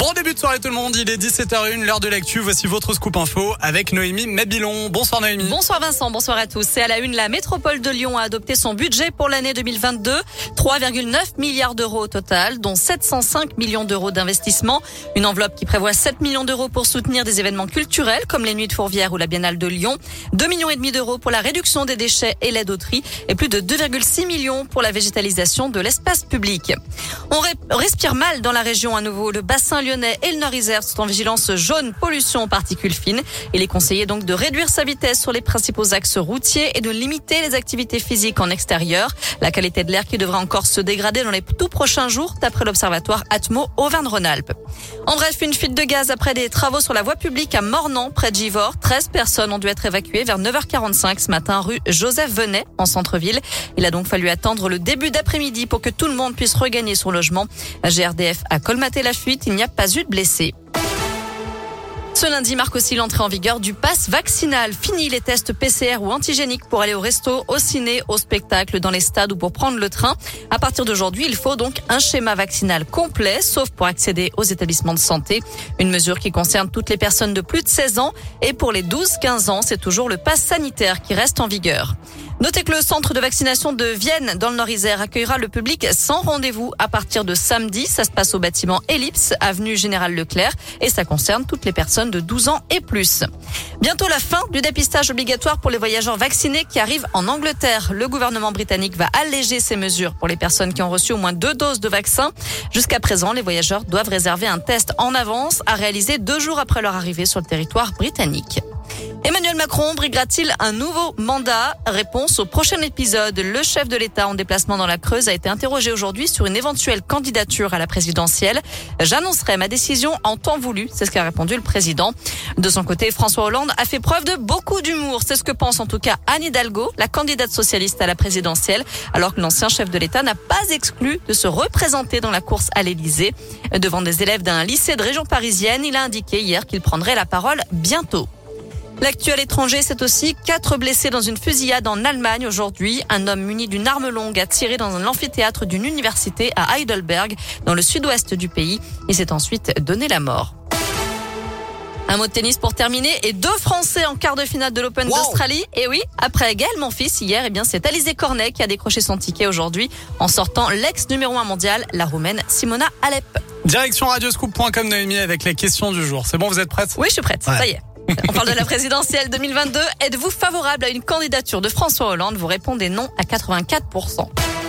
Bon début de soirée tout le monde, il est 17h01, l'heure de l'actu. Voici votre scoop info avec Noémie Mabilon. Bonsoir Noémie. Bonsoir Vincent, bonsoir à tous. C'est à la une, la métropole de Lyon a adopté son budget pour l'année 2022. 3,9 milliards d'euros au total, dont 705 millions d'euros d'investissement. Une enveloppe qui prévoit 7 millions d'euros pour soutenir des événements culturels comme les Nuits de Fourvière ou la Biennale de Lyon. 2,5 millions d'euros pour la réduction des déchets et l'aide au tri. Et plus de 2,6 millions pour la végétalisation de l'espace public. On respire mal dans la région à nouveau. Le bassin lyonnais et le Nord-Isère sont en vigilance jaune pollution aux particules fines. Il est conseillé donc de réduire sa vitesse sur les principaux axes routiers et de limiter les activités physiques en extérieur. La qualité de l'air qui devrait encore se dégrader dans les tout prochains jours, d'après l'observatoire Atmo Auvergne-Rhône-Alpes. En bref, une fuite de gaz après des travaux sur la voie publique à Mornan, près de Givors. 13 personnes ont dû être évacuées vers 9h45 ce matin, rue Joseph Venet, en centre-ville. Il a donc fallu attendre le début d'après-midi pour que tout le monde puisse regagner son logement. GRDF a colmaté la fuite, il n'y a pas eu de blessés. Ce lundi marque aussi l'entrée en vigueur du pass vaccinal. Fini les tests PCR ou antigéniques pour aller au resto, au ciné, au spectacle, dans les stades ou pour prendre le train. À partir d'aujourd'hui, il faut donc un schéma vaccinal complet, sauf pour accéder aux établissements de santé. Une mesure qui concerne toutes les personnes de plus de 16 ans. Et pour les 12-15 ans, c'est toujours le pass sanitaire qui reste en vigueur. Notez que le centre de vaccination de Vienne, dans le Nord-Isère, accueillera le public sans rendez-vous à partir de samedi. Ça se passe au bâtiment Ellipse, avenue Général Leclerc, et ça concerne toutes les personnes de 12 ans et plus. Bientôt la fin du dépistage obligatoire pour les voyageurs vaccinés qui arrivent en Angleterre. Le gouvernement britannique va alléger ces mesures pour les personnes qui ont reçu au moins 2 doses de vaccin. Jusqu'à présent, les voyageurs doivent réserver un test en avance à réaliser 2 jours après leur arrivée sur le territoire britannique. Emmanuel Macron briguera-t-il un nouveau mandat? Réponse au prochain épisode. Le chef de l'État en déplacement dans la Creuse a été interrogé aujourd'hui sur une éventuelle candidature à la présidentielle. J'annoncerai ma décision en temps voulu, c'est ce qu'a répondu le président. De son côté, François Hollande a fait preuve de beaucoup d'humour. C'est ce que pense en tout cas Anne Hidalgo, la candidate socialiste à la présidentielle, alors que l'ancien chef de l'État n'a pas exclu de se représenter dans la course à l'Élysée. Devant des élèves d'un lycée de région parisienne, il a indiqué hier qu'il prendrait la parole bientôt. L'actu à l'étranger, c'est aussi 4 blessés dans une fusillade en Allemagne aujourd'hui. Un homme muni d'une arme longue a tiré dans un amphithéâtre d'une université à Heidelberg, dans le sud-ouest du pays. Il s'est ensuite donné la mort. Un mot de tennis pour terminer et 2 Français en quart de finale de l'Open d'Australie. Et oui, après Gaël Monfils hier, c'est Alizé Cornet qui a décroché son ticket aujourd'hui en sortant l'ex numéro 1 mondial, la Roumaine Simona Halep. Direction radioscoop.com Noémie avec la question du jour. C'est bon, vous êtes prête? Oui, je suis prête. Ouais. Ça y est. On parle de la présidentielle 2022. Êtes-vous favorable à une candidature de François Hollande? Vous répondez non à 84%.